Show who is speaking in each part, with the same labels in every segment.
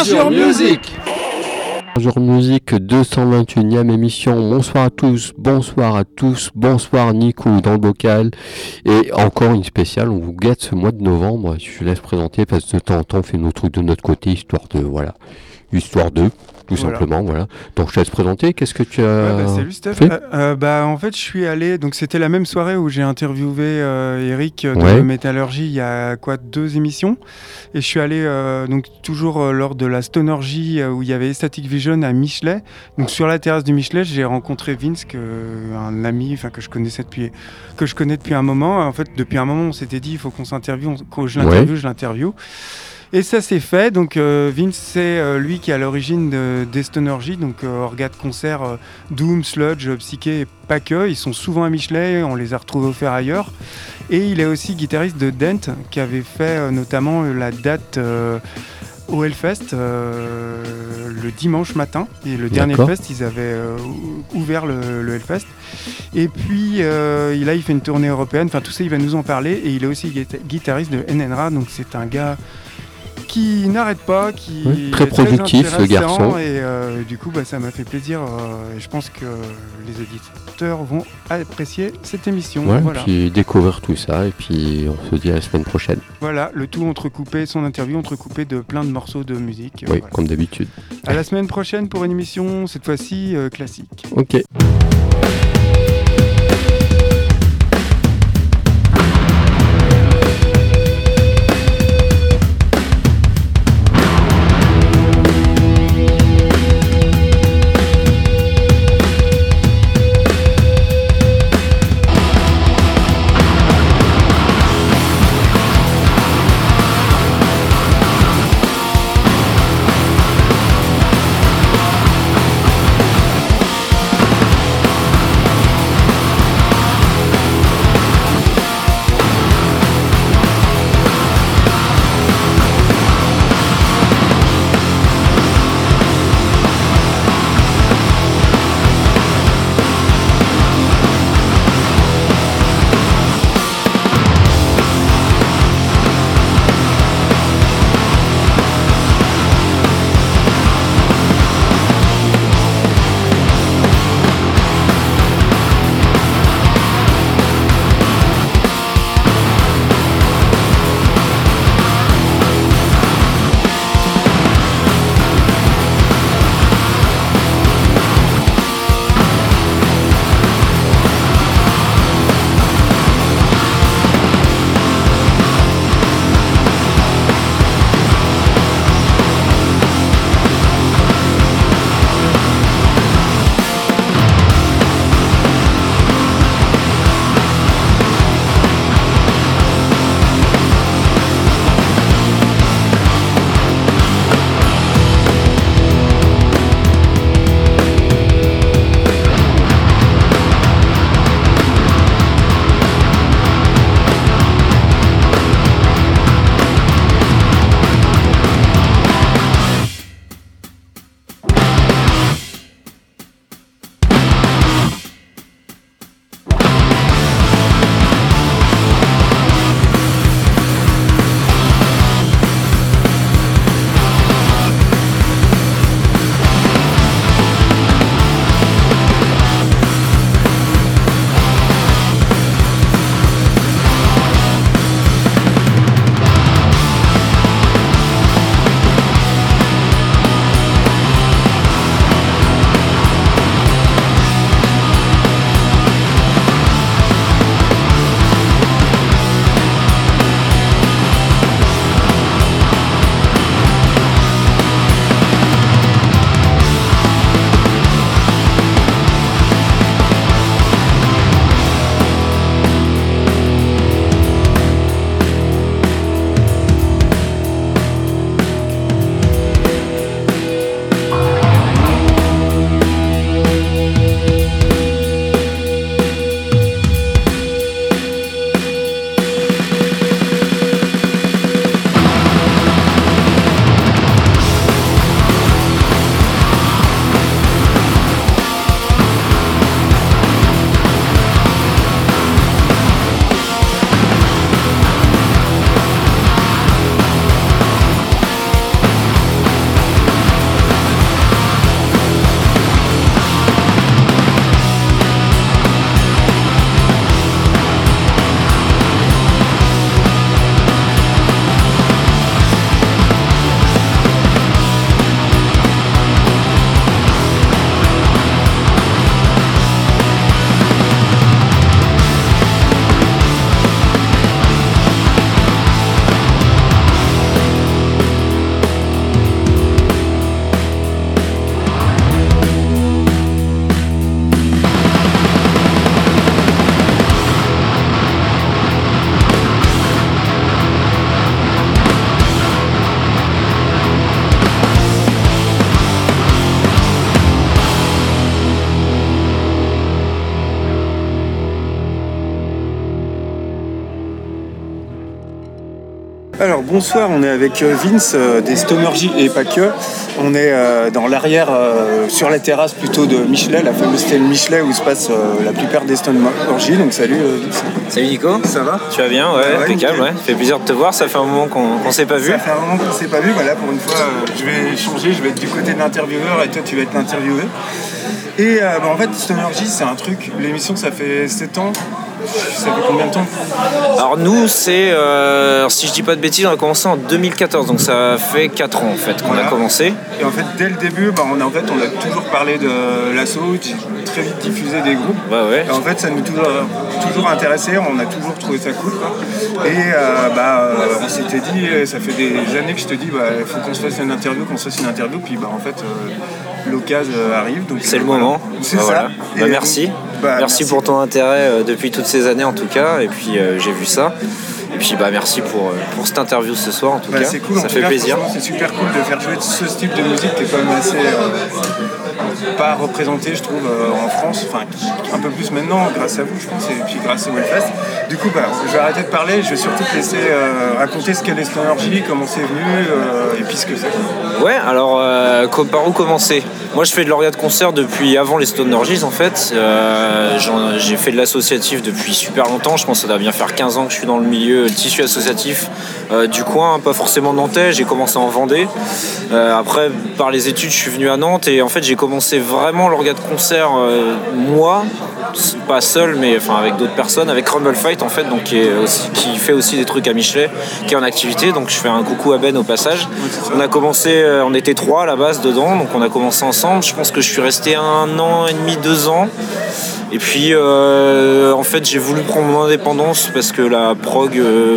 Speaker 1: Azure Music.
Speaker 2: Azure Music 221e émission. Bonsoir à tous, bonsoir Nico dans le bocal. Et encore une spéciale, on vous guette ce mois de novembre. Je laisse présenter parce que de temps en temps on fait nos trucs de notre côté, histoire de tout simplement, voilà. Donc je te laisse présenter, qu'est-ce que tu as
Speaker 3: salut Steph.
Speaker 2: fait
Speaker 3: En fait je suis allé, donc c'était la même soirée où j'ai interviewé Eric de Métallurgie il y a 2 émissions, et je suis allé donc toujours lors de la Stonergie où il y avait Static Vision à Michelet. Donc sur la terrasse du Michelet, j'ai rencontré Vince, un ami que je connais depuis un moment. En fait depuis un moment on s'était dit il faut qu'on s'interviewe, je l'interviewe. Et ça s'est fait, donc Vince c'est lui qui est à l'origine des Stonergie, donc orga de concert Doom, Sludge, Psyché et pas que, ils sont souvent à Michelet, on les a retrouvés au fer ailleurs. Et il est aussi guitariste de Dent, qui avait fait notamment la date au Hellfest le dimanche matin, et le dernier fest ils avaient ouvert le Hellfest. Et puis là il fait une tournée européenne, tout ça il va nous en parler, et il est aussi guitariste de NNRA, donc c'est un gars qui n'arrête pas, qui est
Speaker 2: très productif ce garçon,
Speaker 3: et du coup ça m'a fait plaisir, et je pense que les auditeurs vont apprécier cette émission.
Speaker 2: Puis découvrir tout ça, et puis on se dit à la semaine prochaine.
Speaker 3: Voilà, le tout son interview entrecoupé de plein de morceaux de musique.
Speaker 2: Comme d'habitude.
Speaker 3: À la semaine prochaine pour une émission cette fois-ci classique.
Speaker 2: Ok.
Speaker 3: Alors bonsoir, on est avec Vince des Stonergy et pas que. On est dans l'arrière, sur la terrasse plutôt de Michelet, la fameuse stèle Michelet où se passe la plupart des Stonergy. Donc salut Vince.
Speaker 1: Salut Nico.
Speaker 3: Ça va?
Speaker 1: Tu vas bien? Ouais, impeccable. Ouais. Ça fait plaisir de te voir, ça fait un moment qu'on s'est pas vu.
Speaker 3: Ça fait un moment qu'on s'est pas vu, voilà, pour une fois je vais changer, je vais être du côté de l'intervieweur et toi tu vas être l'interviewé. Et en fait Stonergy c'est un truc, l'émission ça fait 7 ans. Ça fait combien de temps?
Speaker 1: Alors nous c'est, si je dis pas de bêtises, on a commencé en 2014, donc ça fait 4 ans en fait qu'on a commencé.
Speaker 3: Et en fait dès le début, on a toujours parlé de l'assaut, très vite diffusé des groupes.
Speaker 1: Ouais.
Speaker 3: Et en fait ça nous a toujours intéressé, on a toujours trouvé ça cool, quoi. Et on s'était dit, ça fait des années que je te dis, il faut qu'on se fasse une interview, puis en fait l'occasion arrive. Donc,
Speaker 1: c'est le moment.
Speaker 3: C'est ça.
Speaker 1: Voilà. Merci. Merci pour ton intérêt depuis toutes ces années en tout cas, et puis j'ai vu ça. Et puis merci pour cette interview ce soir en tout cas.
Speaker 3: C'est cool,
Speaker 1: ça fait plaisir.
Speaker 3: C'est super cool de faire jouer ce type de musique qui est quand même assez pas représenté je trouve en France, enfin un peu plus maintenant grâce à vous je pense, et puis grâce au Wellfest. Du coup je vais arrêter de parler, je vais surtout te laisser raconter ce qu'est les Stonergy, comment c'est venu et puis ce que c'est.
Speaker 1: Ouais, alors par où commencer? Moi je fais de l'orga de concert depuis avant les Stonergy en fait. J'ai fait de l'associatif depuis super longtemps, je pense que ça doit bien faire 15 ans que je suis dans le milieu tissu associatif du coin, pas forcément nantais, j'ai commencé en Vendée. Après par les études je suis venu à Nantes et en fait j'ai commencé vraiment l'orga de concert moi, pas seul mais avec d'autres personnes, avec Rumble Fight en fait, donc qui fait aussi des trucs à Michelet, qui est en activité, donc je fais un coucou à Ben au passage. On a commencé, on était 3 à la base dedans, donc on a commencé ensemble, je pense que je suis resté 1 an et demi, 2 ans. Et puis en fait j'ai voulu prendre mon indépendance parce que la prog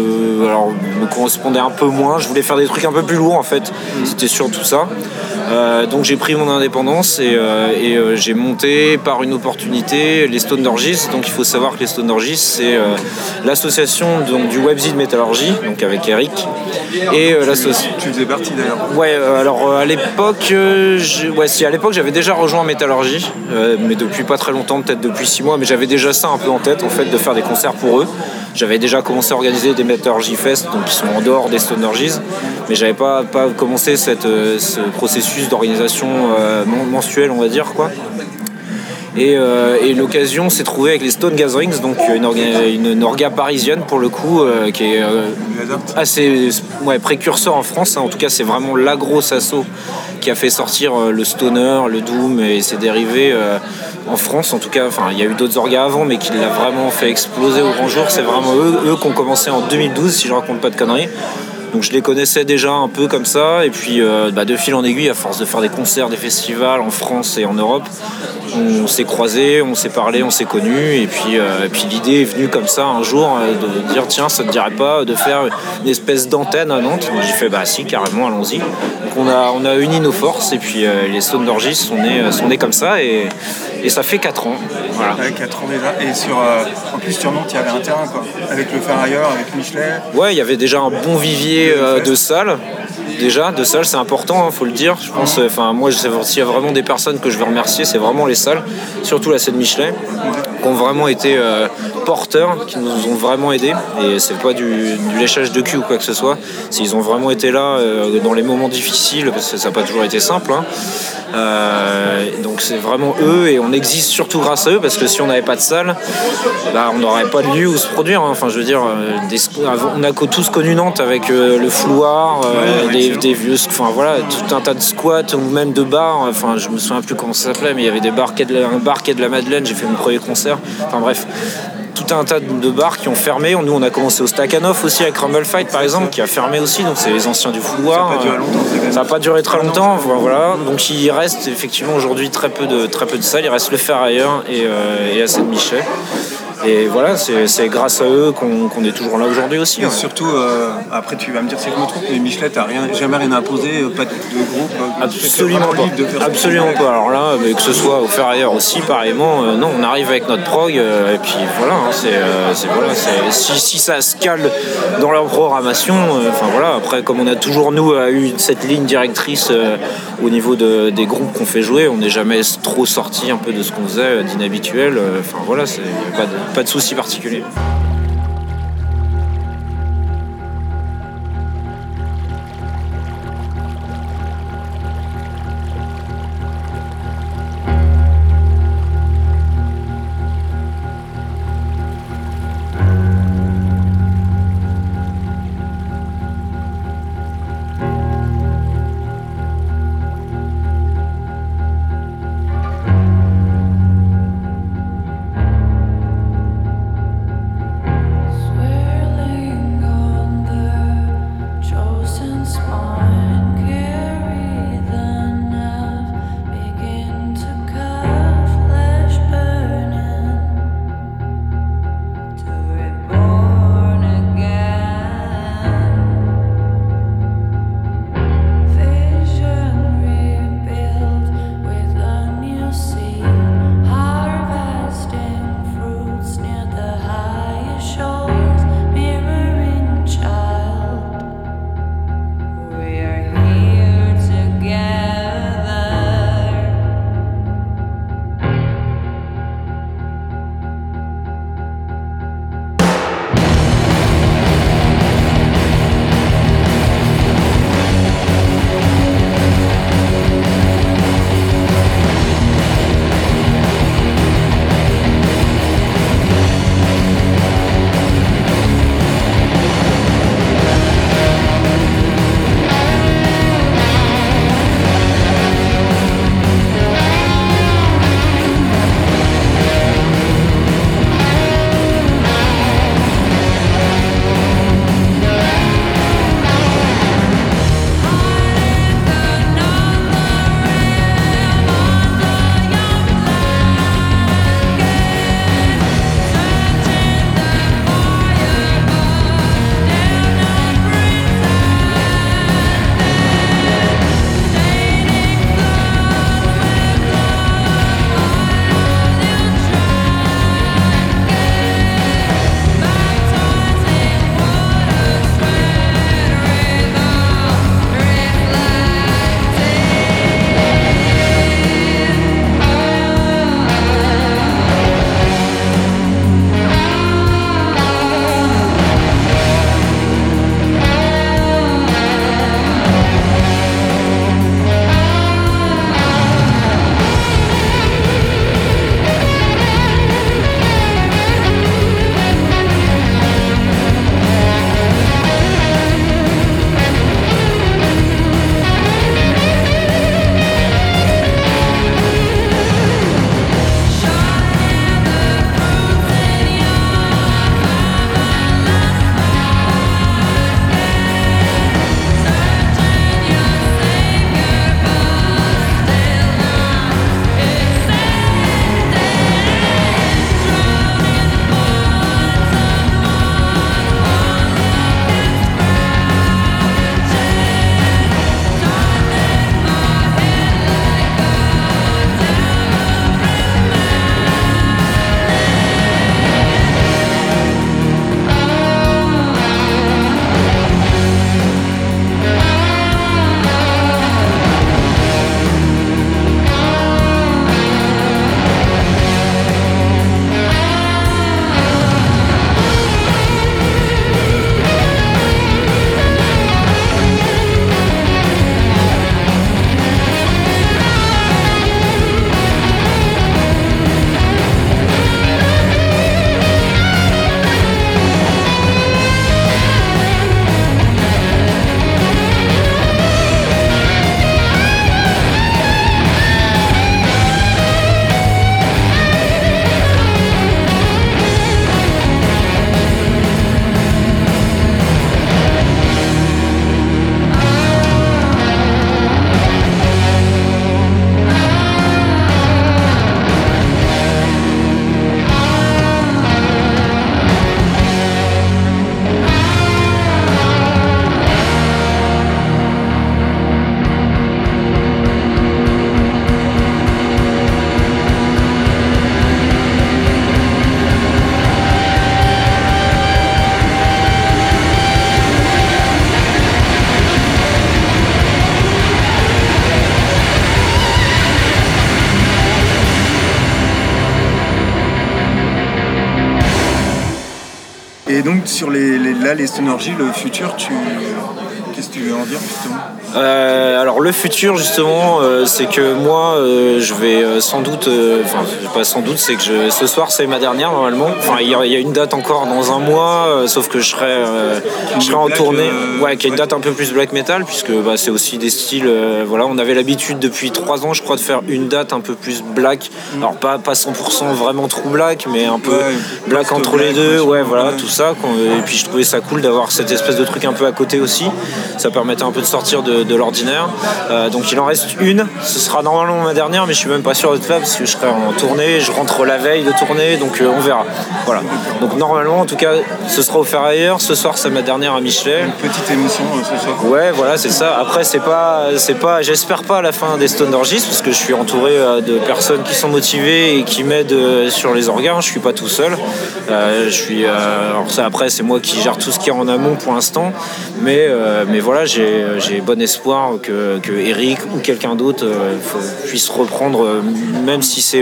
Speaker 1: me correspondait un peu moins, je voulais faire des trucs un peu plus lourds en fait, c'était surtout ça. Donc j'ai pris mon indépendance et j'ai monté par une opportunité les Stonergy. Donc il faut savoir que les Stonergy c'est l'association donc, du webzine Métallurgie, donc avec Eric. Et
Speaker 3: tu faisais partie d'ailleurs.
Speaker 1: Ouais, alors à l'époque, à l'époque j'avais déjà rejoint Métallurgie, mais depuis pas très longtemps, peut-être depuis 6 mois, mais j'avais déjà ça un peu en tête en fait de faire des concerts pour eux. J'avais déjà commencé à organiser des Métallurgie Fest, donc qui sont en dehors des Stonergy, mais j'avais pas commencé ce processus d'organisation mensuelle, on va dire quoi. Et l'occasion s'est trouvée avec les Stone Gatherings, donc une orga parisienne pour le coup, qui est assez précurseur en France. En tout cas, c'est vraiment la grosse asso qui a fait sortir le stoner, le doom et ses dérivés en France. En tout cas, il y a eu d'autres orgas avant, mais qui l'a vraiment fait exploser au grand jour. C'est vraiment eux qui ont commencé en 2012, si je raconte pas de conneries. Donc je les connaissais déjà un peu comme ça, et puis de fil en aiguille, à force de faire des concerts, des festivals en France et en Europe, on s'est croisés, on s'est parlé, on s'est connus, et puis l'idée est venue comme ça un jour de dire tiens, ça te dirait pas de faire une espèce d'antenne à Nantes? Donc j'ai fait si, carrément, allons-y. Donc on a uni nos forces, et puis les Stonergy sont nés comme ça, et ça fait 4 ans. Voilà.
Speaker 3: Ouais, 4 ans déjà. Et en plus sur Nantes, il y avait un terrain quoi, avec le Ferrailleur, avec Michelet.
Speaker 1: Ouais, il y avait déjà un bon vivier de salles. Déjà, de salles, c'est important, faut le dire. Je pense, moi, s'il y a vraiment des personnes que je veux remercier, c'est vraiment les salles, surtout la scène Michelet, qui ont vraiment été porteurs, qui nous ont vraiment aidés. Et c'est pas du léchage de cul ou quoi que ce soit. Ils ont vraiment été là dans les moments difficiles, parce que ça n'a pas toujours été simple. Donc c'est vraiment eux, et on existe surtout grâce à eux, parce que si on n'avait pas de salle, on n'aurait pas de lieu où se produire. Je veux dire, on a tous connu Nantes avec le Flouard, des vieux, tout un tas de squats ou même de bars. Je me souviens plus comment ça s'appelait, mais il y avait un bar quai de la Madeleine. J'ai fait mon premier concert. Bref. Tout un tas de bars qui ont fermé. Nous, on a commencé au Stakhanov aussi avec Rumble Fight, par exemple, qui a fermé aussi. Donc, c'est les anciens du Fouloir. Ça n'a pas duré très longtemps. Voilà. Donc, il reste effectivement aujourd'hui très peu de salles. Il reste le Ferrailleur et la scène Michelet. Et voilà, c'est grâce à eux qu'on est toujours là aujourd'hui aussi.
Speaker 3: Et surtout, après tu vas me dire si je me trompe, mais Michelet, t'as jamais rien imposé, pas de groupe.
Speaker 1: Absolument pas. Absolument pas. Alors là, mais que ce soit au Ferrailleur aussi, pareillement, non, on arrive avec notre prog, et puis voilà, si ça se cale dans leur programmation, après, comme on a toujours eu cette ligne directrice au niveau des groupes qu'on fait jouer, on n'est jamais trop sorti un peu de ce qu'on faisait d'inhabituel. C'est pas de souci particulier.
Speaker 4: donc sur les Stonergy, le futur, qu'est-ce que tu veux en dire justement?
Speaker 1: Alors le futur justement, c'est que moi je vais sans doute, pas sans doute, c'est que ce soir c'est ma dernière normalement. Enfin il y a une date encore dans un mois, sauf que je serai en tournée, qui est une date un peu plus black metal, puisque c'est aussi des styles. Voilà, on avait l'habitude depuis 3 ans, je crois, de faire une date un peu plus black. Alors pas 100% vraiment trop black, mais un peu black entre les deux. Tout ça. Et puis je trouvais ça cool d'avoir cette espèce de truc un peu à côté aussi. Ça permettait un peu de sortir de l'ordinaire. Donc il en reste une. Ce sera normalement ma dernière, mais je suis même pas sûr d'être là parce que je serai en tournée. Je rentre la veille de tournée, donc on verra. Voilà. Donc normalement, en tout cas, ce sera offert ailleurs. Ce soir, c'est ma dernière à Michelet.
Speaker 4: Une petite émission ce soir.
Speaker 1: Ouais, voilà, c'est ça. Après, c'est pas, j'espère pas à la fin des Stonergy parce que je suis entouré de personnes qui sont motivées et qui m'aident sur les organes. Je suis pas tout seul. Alors ça, après, c'est moi qui gère tout ce qui est en amont pour l'instant. Mais voilà, j'ai bon espoir que Eric ou quelqu'un d'autre puisse reprendre, même si c'est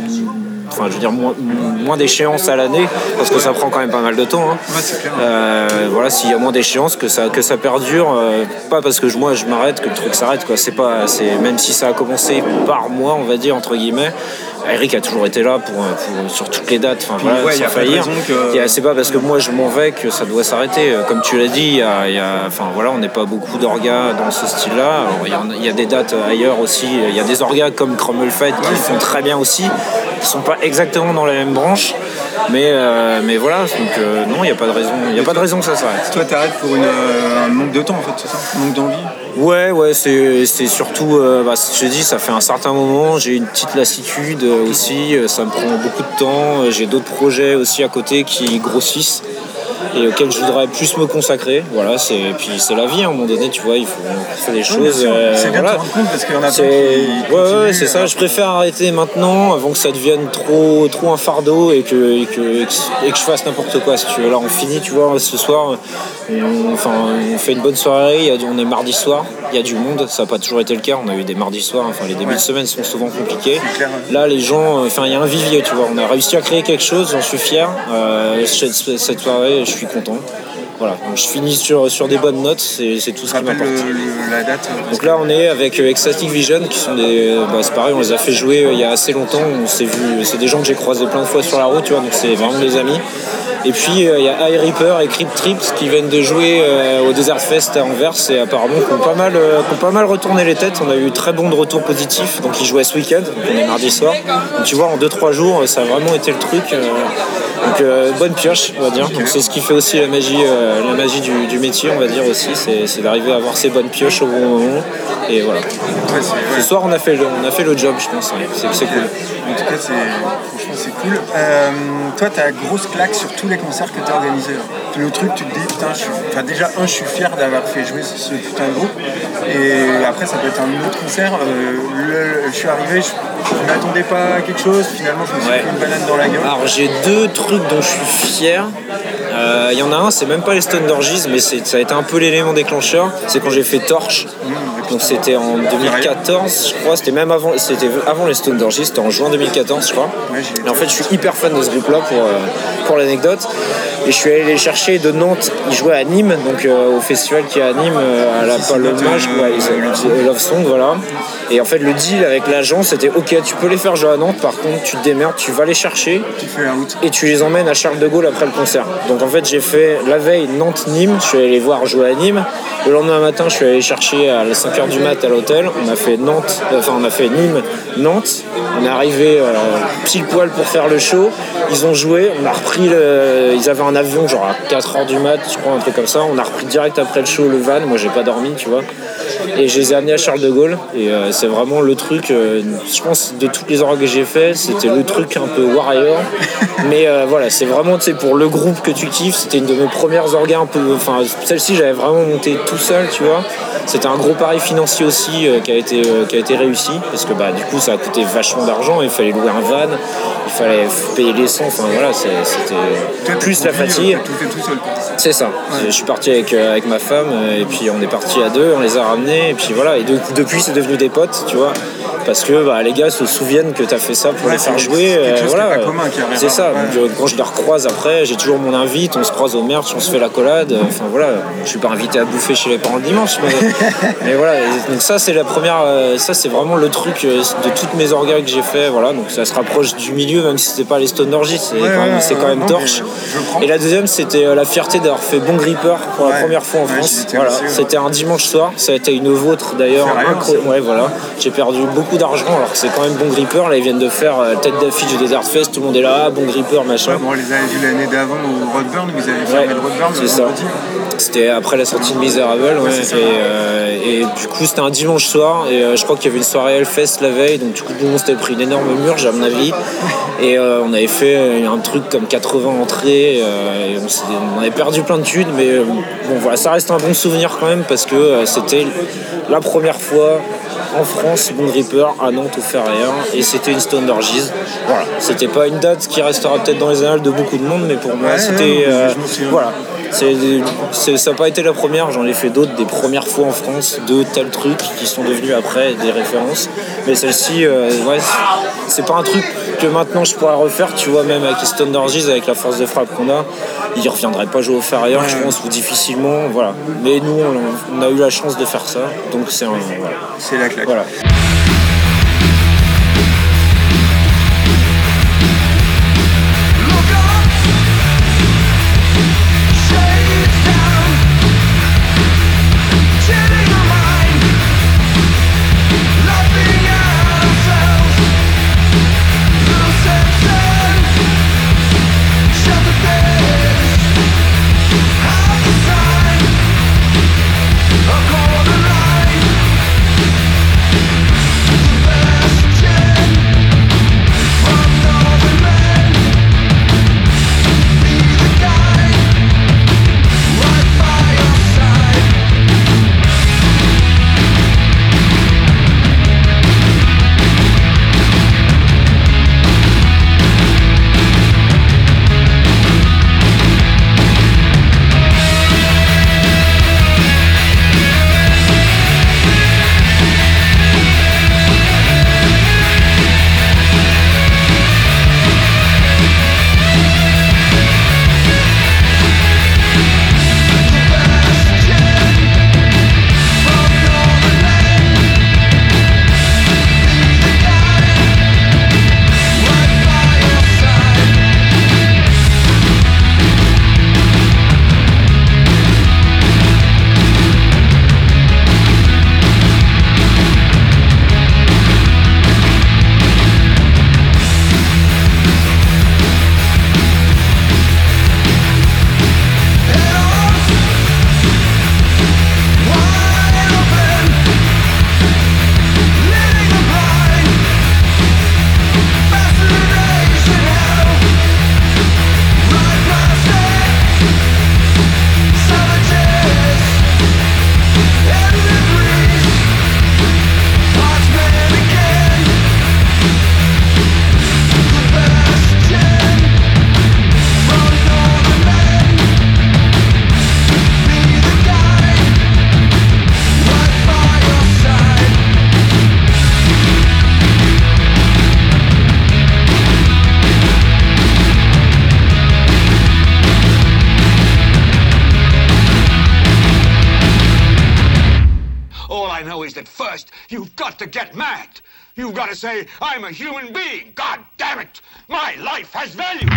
Speaker 1: moins d'échéances à l'année, parce que ça prend quand même pas mal de temps.
Speaker 4: Ouais, c'est clair.
Speaker 1: Voilà, s'il y a moins d'échéances, que ça perdure, pas parce que moi je m'arrête que le truc s'arrête, quoi. Même si ça a commencé par moi, on va dire entre guillemets. Eric a toujours été là sur toutes les dates, sans faillir. C'est pas parce que moi je m'en vais que ça doit s'arrêter. Comme tu l'as dit, on n'est pas beaucoup d'orgas dans ce style-là. Il y a des dates ailleurs aussi. Il y a des orgas comme Crumble Fight qui font très bien aussi, qui sont pas exactement dans la même branche. Mais voilà, donc non, il n'y a pas de raison. Il n'y a pas de raison que ça s'arrête.
Speaker 4: Toi, t'arrêtes pour un manque de temps, en fait, c'est ça? Un manque d'envie?
Speaker 1: Ouais, c'est surtout, je te dis, ça fait un certain moment, j'ai une petite lassitude aussi, ça me prend beaucoup de temps, j'ai d'autres projets aussi à côté qui grossissent et auxquels je voudrais plus me consacrer. Voilà, puis c'est la vie, à un moment donné, tu vois, il faut faire des choses.
Speaker 4: C'est bien de te rendre compte parce qu'il y en a plein qui
Speaker 1: c'est ça, je préfère arrêter maintenant avant que ça devienne trop un fardeau et que je fasse n'importe quoi, si tu veux. Là, on finit, tu vois, ce soir, on fait une bonne soirée, on est mardi soir, il y a du monde, ça n'a pas toujours été le cas, on a eu des mardis soirs, les débuts de semaine sont souvent compliqués. Là, les gens, il y a un vivier, tu vois, on a réussi à créer quelque chose, j'en suis fier. Cette soirée, je suis content. Voilà, donc je finis sur des bonnes notes, c'est tout ce qui m'importe.
Speaker 4: La date.
Speaker 1: Donc là, on est avec Ecstatic Vision, qui sont c'est pareil, on les a fait jouer il y a assez longtemps. On s'est vu, c'est des gens que j'ai croisés plein de fois sur la route, tu vois, donc c'est vraiment des amis. Et puis il y a High Reaper et Crypt Trips qui viennent de jouer au Desert Fest à Anvers et apparemment qui ont pas mal retourné les têtes. On a eu très bon de retours positifs, donc ils jouaient ce week-end, donc on est mardi soir. Donc tu vois, en 2-3 jours, ça a vraiment été le truc. Donc bonne pioche, on va dire. Donc c'est ce qui fait aussi la magie du métier, on va dire aussi, c'est d'arriver à avoir ces bonnes pioches au bon moment. Et voilà. Ce soir, on a fait le job, je pense. C'est cool.
Speaker 4: En tout cas, franchement, c'est cool. Toi, t'as grosse claque sur tous les concerts que t'as organisés. Le truc, tu te dis, putain, je suis fier d'avoir fait jouer ce putain de groupe. Et après, ça peut être un autre concert. Je suis arrivé, je m'attendais pas à quelque chose. Finalement, je me suis pris une banane dans la gueule.
Speaker 1: Alors, j'ai 2 trucs dont je suis fier. Il y en a un, c'est même pas les Stonergy, mais ça a été un peu l'élément déclencheur. C'est quand j'ai fait Torch. Donc c'était en 2014, je crois. C'était avant les Stonergy, c'était en juin 2014, je crois. Et en fait, je suis hyper fan de ce groupe-là pour l'anecdote. Et je suis allé les chercher de Nantes. Ils jouaient à Nîmes, donc au festival qui est à Nîmes, à la Palomage, Love Song, voilà. Et en fait, le deal avec l'agent, c'était ok, tu peux les faire jouer à Nantes, par contre, tu te démerdes, tu vas les chercher et tu les emmènes à Charles de Gaulle après le concert. Donc en fait, j'ai fait la veille Nantes-Nîmes, je suis allé les voir jouer à Nîmes. Le lendemain matin, je suis allé les chercher à 5h du mat à l'hôtel. On a fait Nîmes-Nantes. On est arrivé pile poil pour faire le show. Ils ont joué, on a repris ils avaient un avion genre à 4h du mat, je crois, un truc comme ça. On a repris direct après le show le van. Moi, j'ai pas dormi, tu vois. Et je les ai amenés à Charles de Gaulle. Et c'est vraiment le truc, je pense, de toutes les orgas que j'ai fait, c'était le truc un peu warrior. Mais voilà, c'est vraiment, tu sais, pour le groupe que tu kiffes, c'était une de mes premières orgas un peu. Enfin, celle-ci, j'avais vraiment monté tout seul, tu vois. C'était un gros pari financier aussi qui a été réussi. Parce que du coup, ça a coûté vachement d'argent. Il fallait louer un van, il fallait payer l'essence. Enfin voilà, c'était plus la fatigue.
Speaker 4: Tout fait tout seul.
Speaker 1: C'est ça. Ouais. Je suis parti avec ma femme et puis on est parti à 2, on les a ramenés et puis voilà. Et depuis, c'est devenu des potes, tu vois. parce que les gars se souviennent que t'as fait ça pour les faire jouer.
Speaker 4: Pas commun,
Speaker 1: c'est ça. Donc, quand je les recroise après, j'ai toujours mon invite, on se croise au merch, on se fait la collade. Enfin voilà, je suis pas invité à bouffer chez les parents le dimanche, mais voilà. Et donc ça c'est la première, ça c'est vraiment le truc de toutes mes orgas que j'ai fait. Voilà, donc ça se rapproche du milieu, même si c'était pas les Stone Orgy, c'est quand même torche. Et la deuxième, c'était la fierté d'avoir fait Bon Gripper pour la première fois en France. Voilà, c'était un dimanche soir, ça a été une vôtre d'ailleurs. Ouais, voilà. J'ai perdu beaucoup d'argent alors que c'est quand même Bon Gripper. Là, ils viennent de faire tête d'affiche du Desert Fest, tout le monde est là, Bon Gripper, machin.
Speaker 4: On les avait vus l'année d'avant au Roadburn, vous avez fermé le Roadburn.
Speaker 1: C'est ça. C'était après la sortie de Miserable, et du coup c'était un dimanche soir, et je crois qu'il y avait une soirée Hellfest la veille, donc du coup tout le monde s'était pris une énorme murge à mon avis, et on avait fait un truc comme 80 entrées, et on avait perdu plein de thunes, mais bon voilà, ça reste un bon souvenir quand même, parce que c'était la première fois en France, Bon Gripper à Nantes au Ferrière, et c'était une Stone Orgies. Voilà, c'était pas une date qui restera peut-être dans les annales de beaucoup de monde, mais pour moi c'était voilà. Ça n'a pas été la première, j'en ai fait d'autres, des premières fois en France, de tels trucs qui sont devenus après des références. Mais celle-ci, c'est pas un truc que maintenant je pourrais refaire, tu vois, même avec les Stone Orgies, avec la force de frappe qu'on a, ils ne reviendraient pas jouer au Ferrière, je pense, ou difficilement, voilà. Mais nous, on a eu la chance de faire ça, donc c'est
Speaker 4: c'est la claque.
Speaker 1: Voilà.
Speaker 5: You've got to get mad. You've got to say, I'm a human being. God damn it. My life has value.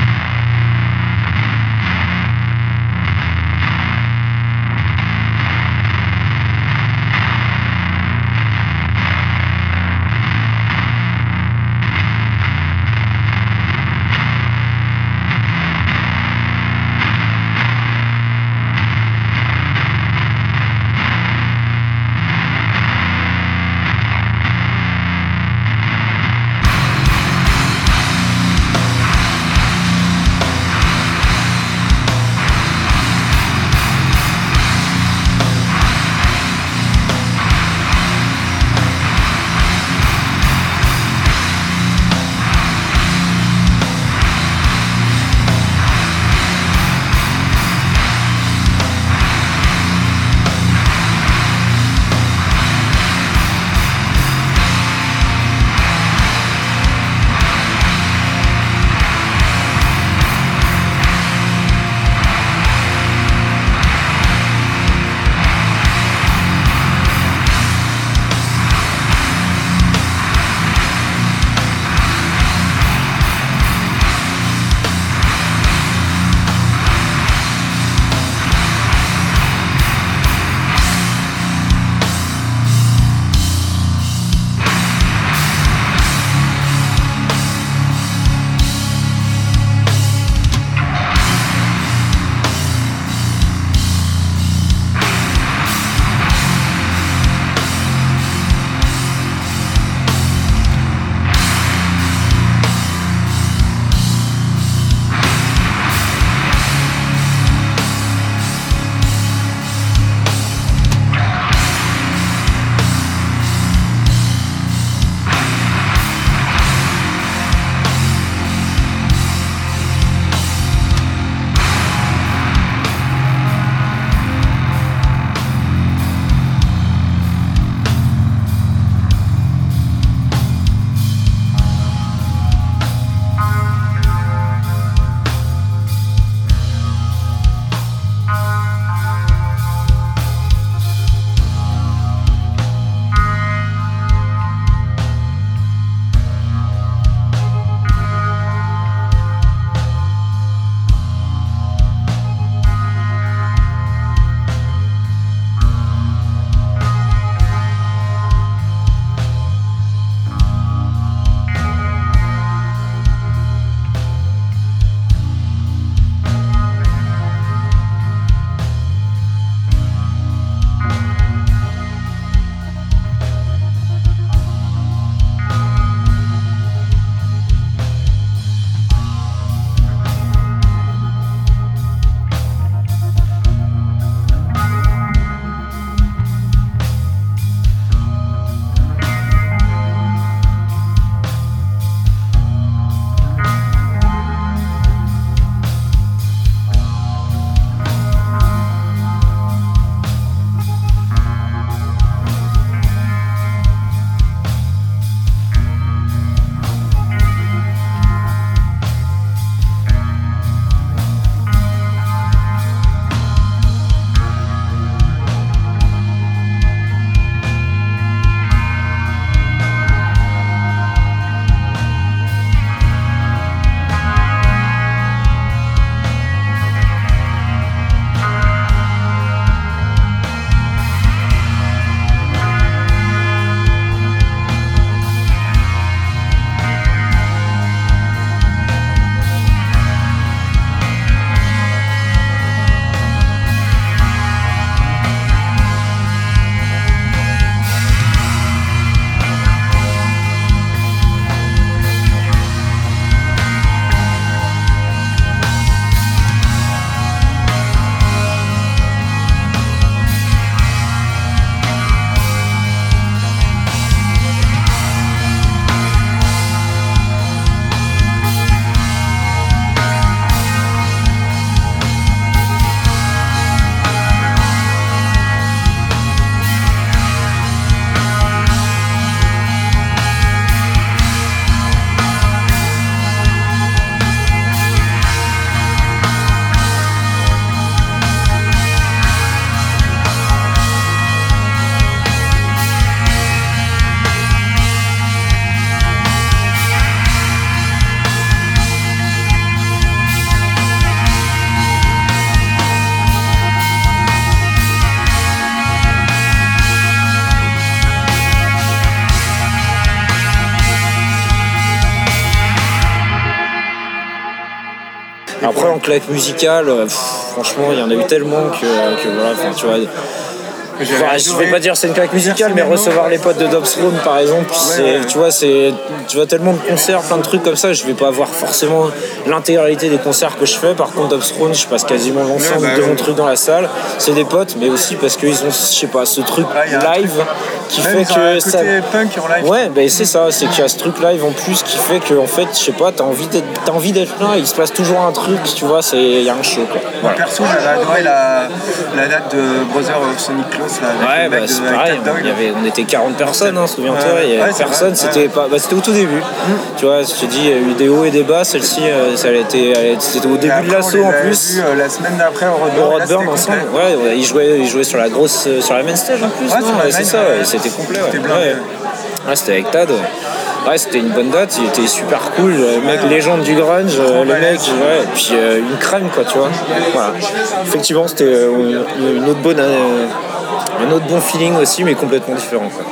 Speaker 1: après en claque musicale, franchement il y en a eu tellement que voilà, tu vois. Je vais pas dire c'est une claque musicale, mais recevoir les potes de Dobsthrone par exemple, tu vois tellement de concerts, plein de trucs comme ça, je vais pas avoir forcément l'intégralité des concerts que je fais. Par contre Dobsthrone, je passe quasiment l'ensemble de mon truc dans la salle. C'est des potes, mais aussi parce qu'ils ont, je sais pas, ce truc live qui fait que ça.
Speaker 4: Punk en live.
Speaker 1: Ouais, ben c'est ça, c'est qu'il y a ce truc live en plus qui fait que en fait, je sais pas, t'as envie d'être là, il se passe toujours un truc, tu vois, il y a un show quoi. Voilà.
Speaker 4: Perso, j'avais adoré la date de Brother of Sonic Close.
Speaker 1: Ouais, bah, c'est pareil, on était 40 personnes, hein, souviens-toi, il y avait personne, c'était au tout début. Tu vois, je te dis, il y a eu des hauts et des bas, celle-ci, c'était au début de l'assaut en plus.
Speaker 4: Vu, la semaine d'après au
Speaker 1: Roadburn ensemble, ouais, ils jouaient sur la main stage en plus, c'est ça, c'était complet. Ouais, c'était avec Tad. Ouais, c'était une bonne date, il était super cool, le mec légende du grunge, le mec, ouais, et puis une crème quoi, tu vois. Voilà. Effectivement, c'était un autre bon feeling aussi, mais complètement différent quoi.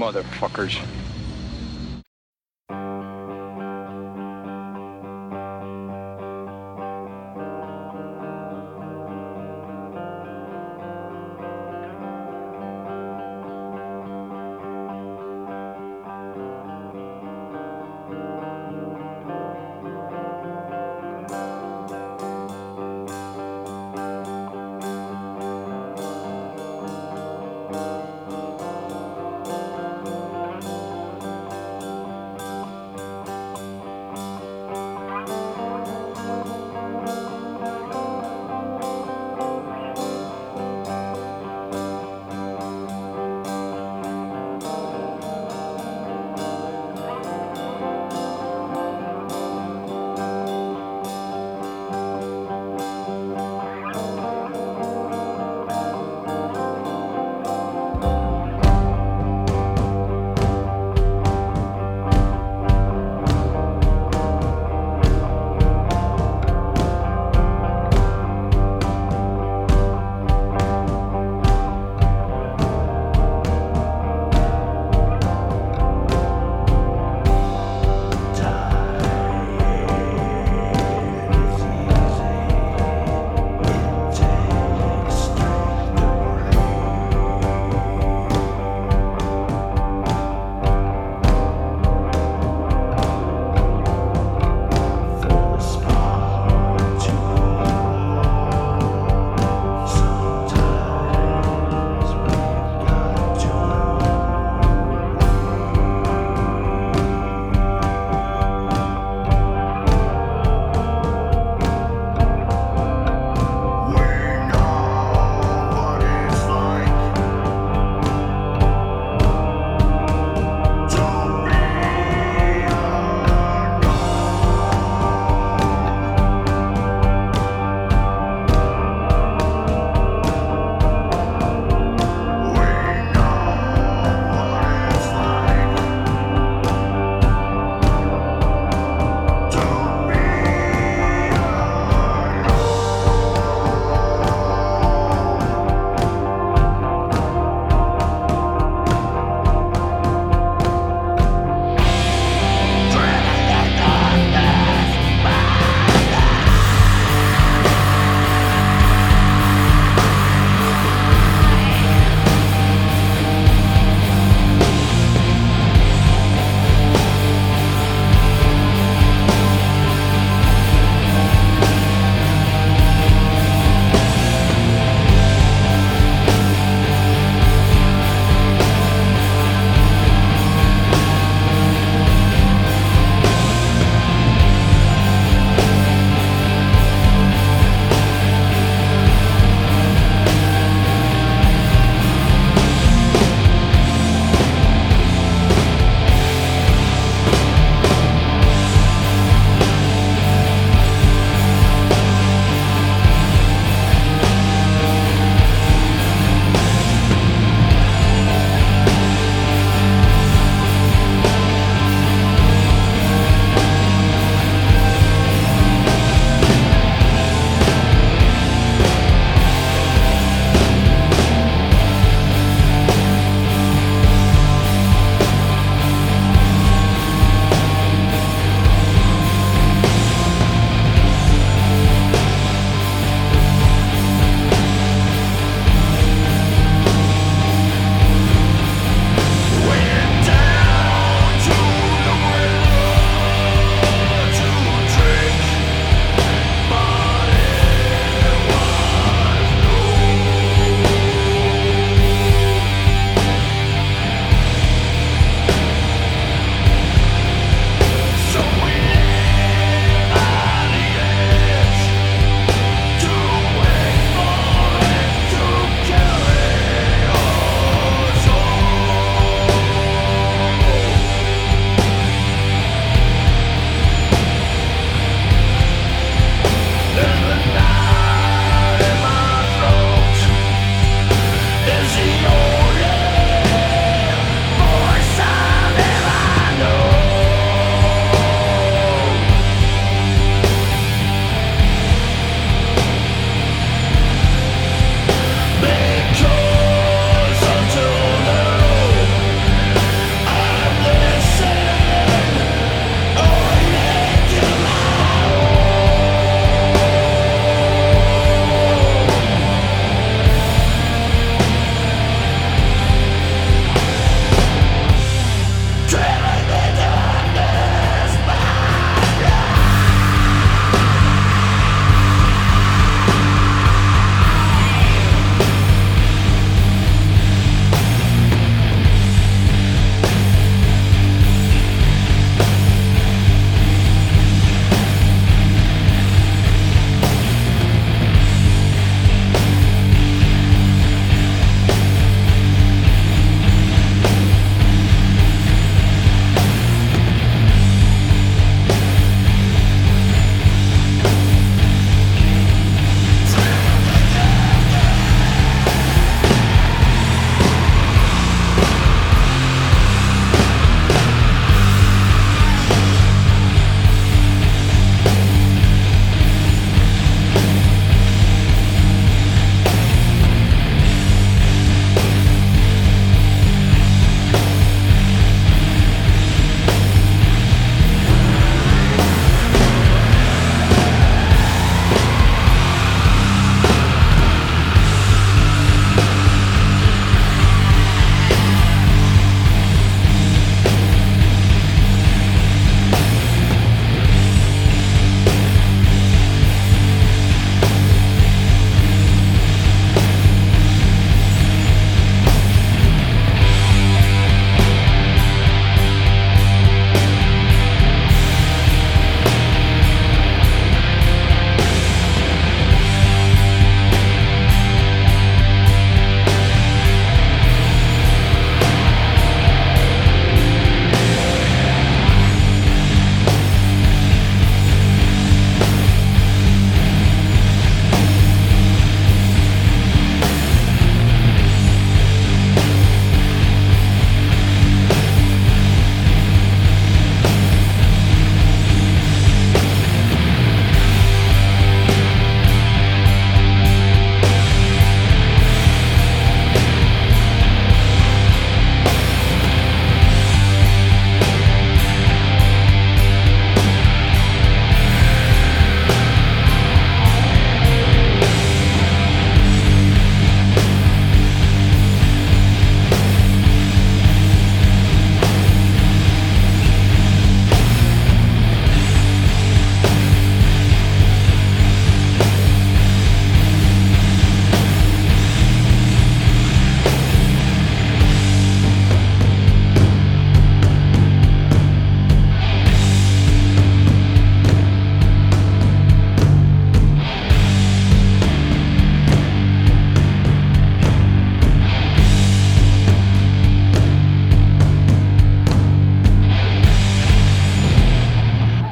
Speaker 6: motherfuckers.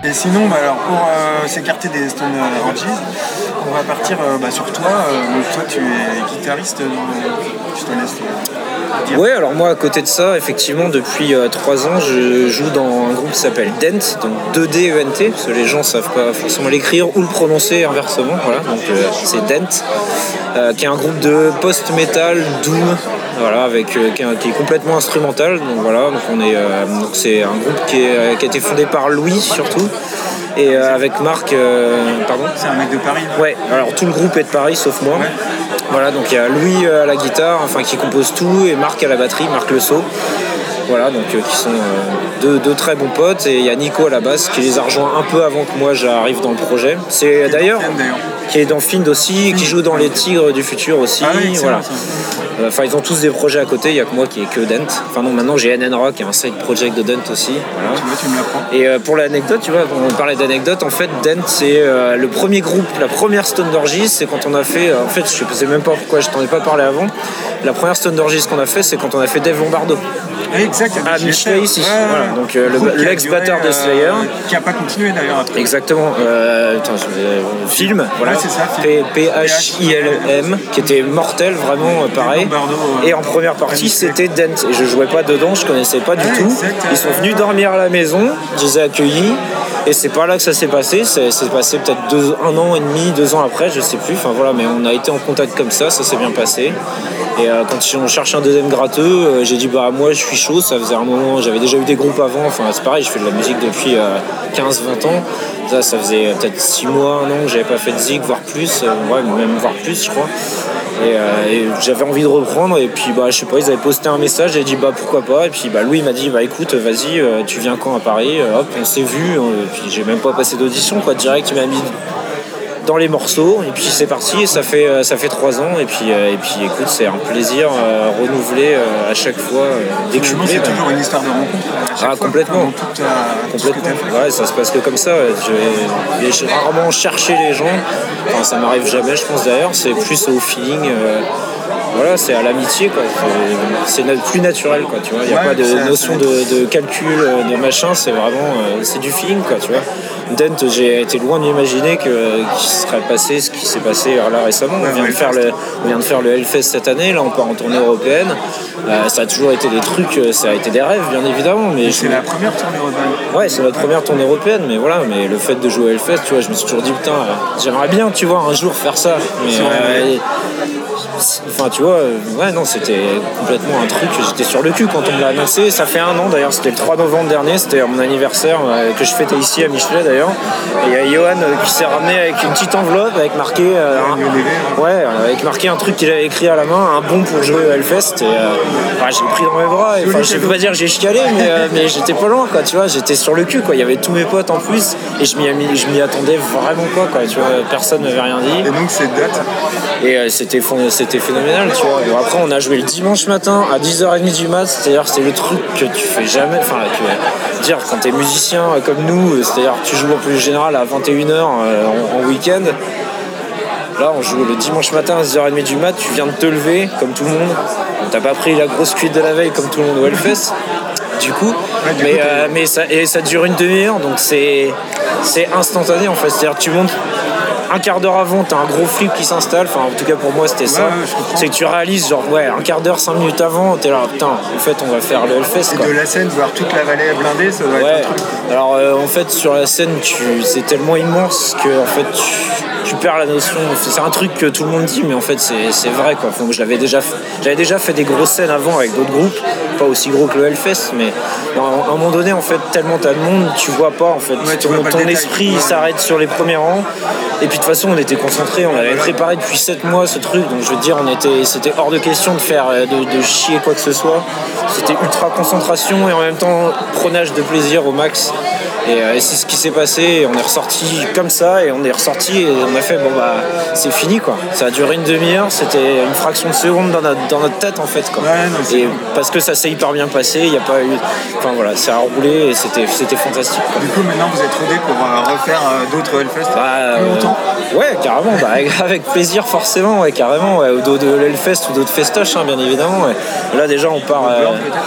Speaker 4: Et sinon, alors pour s'écarter des Stone Roses, on va partir sur toi. Donc toi, tu es guitariste je te laisse dire.
Speaker 1: Ouais, alors moi à côté de ça, effectivement, depuis 3 ans, je joue dans un groupe qui s'appelle Dent, donc 2D-E-N-T, parce que les gens savent pas forcément l'écrire ou le prononcer inversement, voilà, donc c'est Dent, qui est un groupe de post-metal, doom, voilà, qui est complètement instrumental, donc voilà, donc c'est un groupe qui a été fondé par Louis surtout. Et avec Marc, pardon.
Speaker 4: C'est un mec de Paris.
Speaker 1: Ouais, alors tout le groupe est de Paris sauf moi. Ouais. Voilà, donc il y a Louis à la guitare, enfin qui compose tout, et Marc à la batterie, Marc Le Sceau. Voilà, donc qui sont deux très bons potes, et il y a Nico à la basse qui les a rejoints un peu avant que moi j'arrive dans le projet. C'est d'ailleurs qui est dans Find aussi, qui joue dans Les Tigres du Futur aussi. Ah oui, voilà. Enfin, ils ont tous des projets à côté, il n'y a que moi qui est que Dent. Enfin non, maintenant j'ai NN Rock, un side project de Dent aussi. Voilà.
Speaker 4: Tu vois, tu me l'apprends.
Speaker 1: Et pour l'anecdote, tu vois, on parlait d'anecdote, en fait Dent c'est le premier groupe, la première Stone d'Orgis, c'est quand on a fait, en fait je sais même pas pourquoi je t'en ai pas parlé avant, la première Stone d'Orgis qu'on a fait c'est quand on a fait Dave Lombardo.
Speaker 4: Exact,
Speaker 1: à Michelet ici. Voilà, donc l'ex-batteur de Slayer.
Speaker 4: Qui n'a pas continué d'ailleurs après.
Speaker 1: Exactement. Film, voilà.
Speaker 4: Ouais, c'est ça,
Speaker 1: Philm, qui était mortel, vraiment pareil. Et en première partie, c'était Dent. Et je jouais pas dedans, je connaissais pas du tout.
Speaker 4: Exact,
Speaker 1: ils sont venus dormir à la maison, je les ai accueillis. Et c'est pas là que ça s'est passé. C'est passé peut-être 1 an et demi, 2 ans après, je sais plus. Enfin voilà, mais on a été en contact comme ça s'est bien passé. Et quand on cherche un deuxième gratteux, j'ai dit bah moi je suis chaud, ça faisait un moment, j'avais déjà eu des groupes avant, enfin c'est pareil, je fais de la musique depuis 15-20 ans. Ça faisait peut-être 6 mois, 1 an que j'avais pas fait de zig, voire plus, ouais, même voire plus je crois. Et j'avais envie de reprendre, et puis bah je sais pas, ils avaient posté un message, j'ai dit bah pourquoi pas, et puis bah Louis m'a dit bah écoute vas-y, tu viens quand à Paris, hop on s'est vu, et puis j'ai même pas passé d'audition quoi, direct il m'a mis dans les morceaux, et puis c'est parti, et ça fait 3 ans, et puis écoute, c'est un plaisir renouvelé à chaque fois, décuplé.
Speaker 4: C'est toujours une histoire de rencontre.
Speaker 1: Complètement. Complètement. Ouais, ça se passe que comme ça. J'ai rarement cherché les gens, enfin ça m'arrive jamais, je pense d'ailleurs, c'est plus au feeling. Voilà, c'est à l'amitié quoi. C'est plus naturel quoi, tu vois. Il n'y a pas de notion de calcul, de machin. C'est vraiment, c'est du feeling quoi, tu vois. Dent, j'ai été loin d'imaginer qu'il serait passé ce qui s'est passé là récemment. On vient de faire le Hellfest cette année. Là, on part en tournée européenne. Ça a toujours été des trucs, ça a été des rêves, bien évidemment. Mais
Speaker 4: c'est la première tournée européenne.
Speaker 1: Ouais, c'est notre première tournée européenne, mais voilà. Mais le fait de jouer au Hellfest, tu vois, je me suis toujours dit putain, j'aimerais bien, tu vois, un jour faire ça. Mais enfin tu vois, ouais non, c'était complètement un truc, j'étais sur le cul quand on me l'a annoncé. Ça fait 1 an d'ailleurs, c'était le 3 novembre dernier, c'était mon anniversaire que je fêtais ici à Michelet d'ailleurs. Et il y a Johan qui s'est ramené avec une petite enveloppe avec marqué avec marqué un truc qu'il avait écrit à la main, un bon pour jouer au Hellfest. Et j'ai pris dans mes bras, enfin je peux pas dire que j'ai chialé, mais j'étais pas loin quoi, tu vois, j'étais sur le cul quoi. Il y avait tous mes potes en plus, et je m'y attendais vraiment pas quoi, tu vois, personne m'avait rien dit.
Speaker 4: Et donc cette date,
Speaker 1: et c'était phénoménal, tu vois. Et après, on a joué le dimanche matin à 10h30 du mat, c'est-à-dire c'est le truc que tu fais jamais. Enfin, dire quand t'es musicien comme nous, c'est-à-dire tu joues en plus général à 21h en week-end. Là, on joue le dimanche matin à 10h30 du mat, tu viens de te lever comme tout le monde. T'as pas pris la grosse cuite de la veille comme tout le monde au Hellfest. Du coup, mais ça dure une demi-heure, donc c'est instantané en fait. C'est-à-dire que tu montes. Un quart d'heure avant, t'as un gros flip qui s'installe. Enfin, en tout cas pour moi, c'était ça. C'est que tu réalises, genre, un quart d'heure, 5 minutes avant, t'es là, putain, en fait, on va faire le Hellfest.
Speaker 4: Et de la scène, voir toute la vallée blindée, ça doit être un truc.
Speaker 1: Alors, en fait, sur la scène, c'est tellement immense que, en fait, tu perds la notion. C'est un truc que tout le monde dit, mais en fait, c'est vrai, quoi. Enfin, j'avais déjà fait des grosses scènes avant avec d'autres groupes, pas aussi gros que le Hellfest, mais à un moment donné, en fait, tellement t'as de monde, tu vois pas, en fait. Ton esprit s'arrête sur les premiers rangs. Et puis de toute façon on était concentrés, on avait préparé depuis 7 mois ce truc, donc je veux dire c'était hors de question de faire de chier quoi que ce soit. C'était ultra concentration et en même temps prenage de plaisir au max. Et c'est ce qui s'est passé, on est ressorti comme ça, et on est ressorti et on a fait bon bah c'est fini quoi. Ça a duré une demi-heure, c'était une fraction de seconde dans notre tête en fait quoi. Et parce que ça s'est hyper bien passé, il n'y a pas eu. Enfin voilà, ça a roulé et c'était fantastique quoi.
Speaker 4: Du coup maintenant vous êtes rodés pour refaire d'autres Hellfest plus longtemps.
Speaker 1: Ouais carrément, avec plaisir forcément, ouais carrément, ouais, de l'Hellfest ou d'autres festoches hein, bien évidemment. Ouais. Là déjà on part.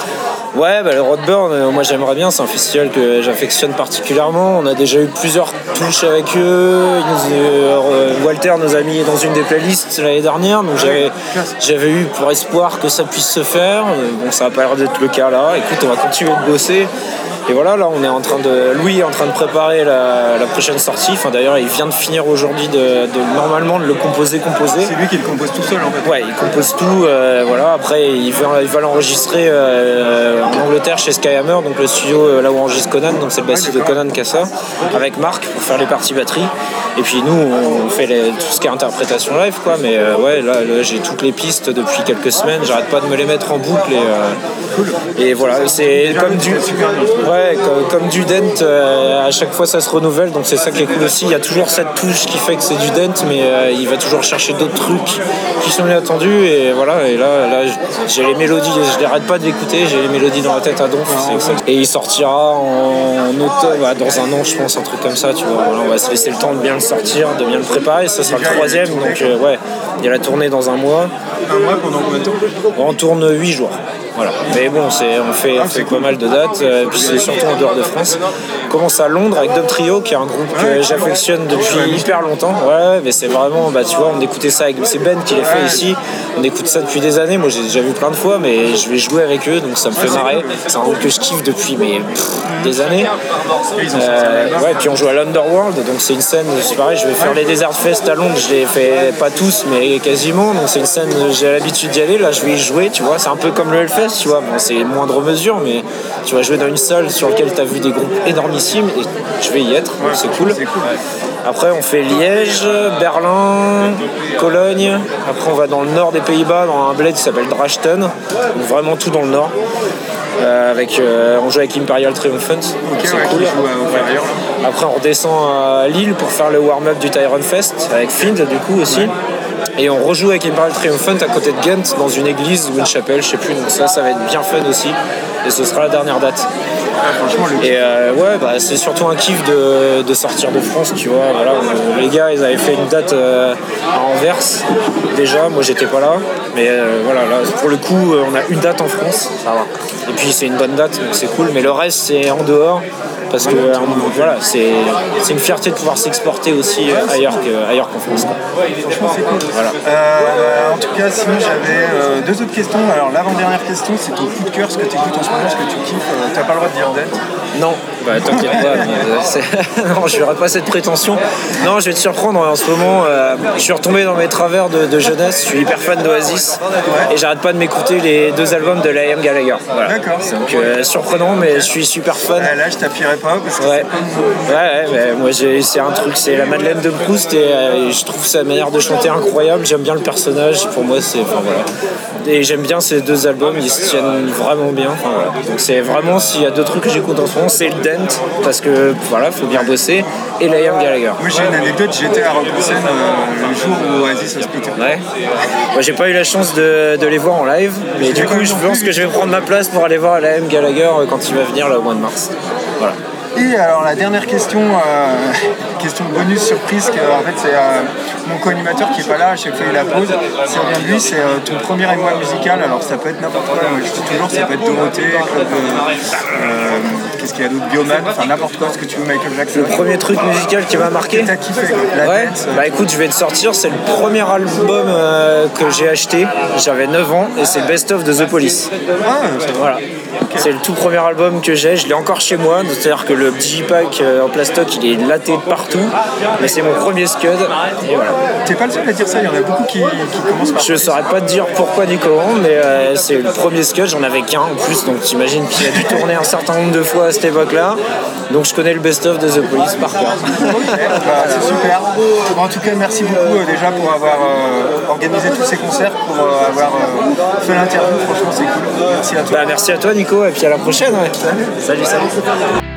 Speaker 1: Ouais, le Roadburn, moi j'aimerais bien, c'est un festival que j'affectionne particulièrement. On a déjà eu plusieurs touches avec eux. Walter nous a mis dans une des playlists l'année dernière, donc j'avais eu pour espoir que ça puisse se faire. Bon, ça n'a pas l'air d'être le cas là. Écoute, on va continuer de bosser. Et voilà, là on est Louis est en train de préparer la prochaine sortie. Enfin d'ailleurs il vient de finir aujourd'hui normalement de le composer.
Speaker 4: C'est lui qui le compose tout seul en fait.
Speaker 1: Ouais, il compose tout. Voilà. Après il va l'enregistrer en Angleterre chez Skyhammer, donc le studio là où on enregistre Conan, donc c'est le bassiste de Conan qui a ça, avec Marc pour faire les parties batterie. Et puis nous on fait tout ce qui est interprétation live quoi. Mais ouais là j'ai toutes les pistes depuis quelques semaines. J'arrête pas de me les mettre en boucle et voilà. C'est comme du comme du dent, à chaque fois ça se renouvelle, donc c'est ça qui est cool aussi. Il y a toujours cette touche qui fait que c'est du dent, mais il va toujours chercher d'autres trucs qui sont inattendus. Et voilà, et là j'ai les mélodies, je n'arrête pas de l'écouter, j'ai les mélodies dans la tête à donf. Et il sortira en automne, dans un an je pense, un truc comme ça, tu vois. Voilà, on va se laisser le temps de bien le sortir, de bien le préparer. Ça sera le 3e, donc ouais, il y a la tournée dans un mois.
Speaker 4: Un mois pendant combien de temps?
Speaker 1: On tourne 8 jours. Voilà. Mais bon, on fait pas mal de dates, puis c'est surtout en dehors de France. On commence à Londres avec Dub Trio, qui est un groupe que j'affectionne depuis hyper longtemps. Ouais, mais c'est vraiment, tu vois, on écoutait ça c'est Ben qui l'a fait ici. On écoute ça depuis des années. Moi, j'ai déjà vu plein de fois, mais je vais jouer avec eux, donc ça me fait marrer. C'est un groupe que je kiffe depuis des années. Ouais, puis on joue à l'Underworld, donc c'est une scène, c'est pareil, je vais faire les Desert Fest à Londres, je les fais pas tous, mais quasiment. Donc c'est une scène, j'ai l'habitude d'y aller. Là, je vais y jouer, tu vois. C'est un peu comme le Hellfest. Tu vois, bon, c'est moindre mesure, mais tu vas jouer dans une salle sur laquelle tu as vu des groupes énormissimes et je vais y être, donc c'est cool. Après, on fait Liège, Berlin, Cologne. Après, on va dans le nord des Pays-Bas, dans un bled qui s'appelle Drachten, donc vraiment tout dans le nord. On joue avec Imperial Triumphant, c'est cool. Après, on redescend à Lille pour faire le warm-up du Tyrone Fest avec Find, du coup aussi. Et on rejoue avec Imperial Triumphant à côté de Ghent dans une église ou une chapelle, je sais plus, donc ça va être bien fun aussi. Et ce sera la dernière date. Et c'est surtout un kiff de sortir de France, tu vois. Voilà, les gars, ils avaient fait une date à Anvers déjà, moi j'étais pas là, mais voilà, là pour le coup, on a une date en France, ça va. Et puis c'est une bonne date, donc c'est cool, mais le reste c'est en dehors. Parce que voilà, c'est une fierté de pouvoir s'exporter aussi ailleurs qu'en France.
Speaker 4: Franchement, c'est cool.
Speaker 1: Voilà.
Speaker 4: En tout cas, sinon j'avais 2 autres questions. Alors l'avant-dernière question, c'est ton coup de cœur, ce que tu écoutes en ce moment, ce que tu kiffes. T'as pas le droit de dire date?
Speaker 1: Non, t'inquiète pas. Non, je n'aurai pas cette prétention. Non, je vais te surprendre. En ce moment, je suis retombé dans mes travers de jeunesse. Je suis hyper fan d'Oasis et j'arrête pas de m'écouter les 2 albums de Liam Gallagher. Voilà.
Speaker 4: D'accord.
Speaker 1: Donc surprenant, mais je suis super fan.
Speaker 4: Là, je t'appuierai pas parce que
Speaker 1: mais moi c'est un truc, c'est la Madeleine de Proust et je trouve sa manière de chanter incroyable. J'aime bien le personnage. Pour moi, voilà. Et j'aime bien ces 2 albums, ils se tiennent vraiment bien. Voilà. Donc c'est vraiment, s'il y a 2 trucs que j'écoute en ce moment, c'est le Dent parce que voilà, faut bien bosser, et Liam Gallagher.
Speaker 4: Moi j'ai une anecdote, j'étais à Rock en scène le jour où Oasis a splitté.
Speaker 1: Ouais. Moi j'ai pas eu la chance de les voir en live, mais du coup je pense que je vais prendre ma place pour aller voir Liam Gallagher quand il va venir là, au mois de mars. Voilà.
Speaker 4: Et alors la dernière question, question bonus surprise, en fait c'est mon co-animateur qui est pas là, à chaque fois il la pose, ça vient de lui, c'est ton premier émoi musical, alors ça peut être n'importe quoi, je dis toujours ça peut être Dorothée, qu'est-ce qu'il y a d'autre, Bioman, enfin n'importe quoi, ce que tu veux, Michael Jackson.
Speaker 1: Le premier truc musical qui m'a marqué,
Speaker 4: t'as kiffé
Speaker 1: ouais, écoute, je vais te sortir, c'est le premier album que j'ai acheté, j'avais 9 ans et c'est Best of de The Police. Voilà. Okay. C'est le tout premier album que j'ai, je l'ai encore chez moi, c'est-à-dire que le Digipack en plastoc il est laté de partout, mais c'est mon premier Scud. Et voilà.
Speaker 4: T'es pas le seul à dire ça, il y en a beaucoup qui commencent par.
Speaker 1: Je saurais pas te dire pourquoi ni comment, mais c'est le premier Scud, j'en avais qu'un en plus, donc t'imagines qu'il a dû tourner un certain nombre de fois à cette époque-là, donc je connais le best-of de The Police par cœur.
Speaker 4: C'est super. En tout cas, merci beaucoup déjà pour avoir organisé tous ces concerts, pour avoir fait l'interview, franchement c'est cool. Merci à toi.
Speaker 1: Merci à toi Nico, et puis à la prochaine. Ouais. Salut.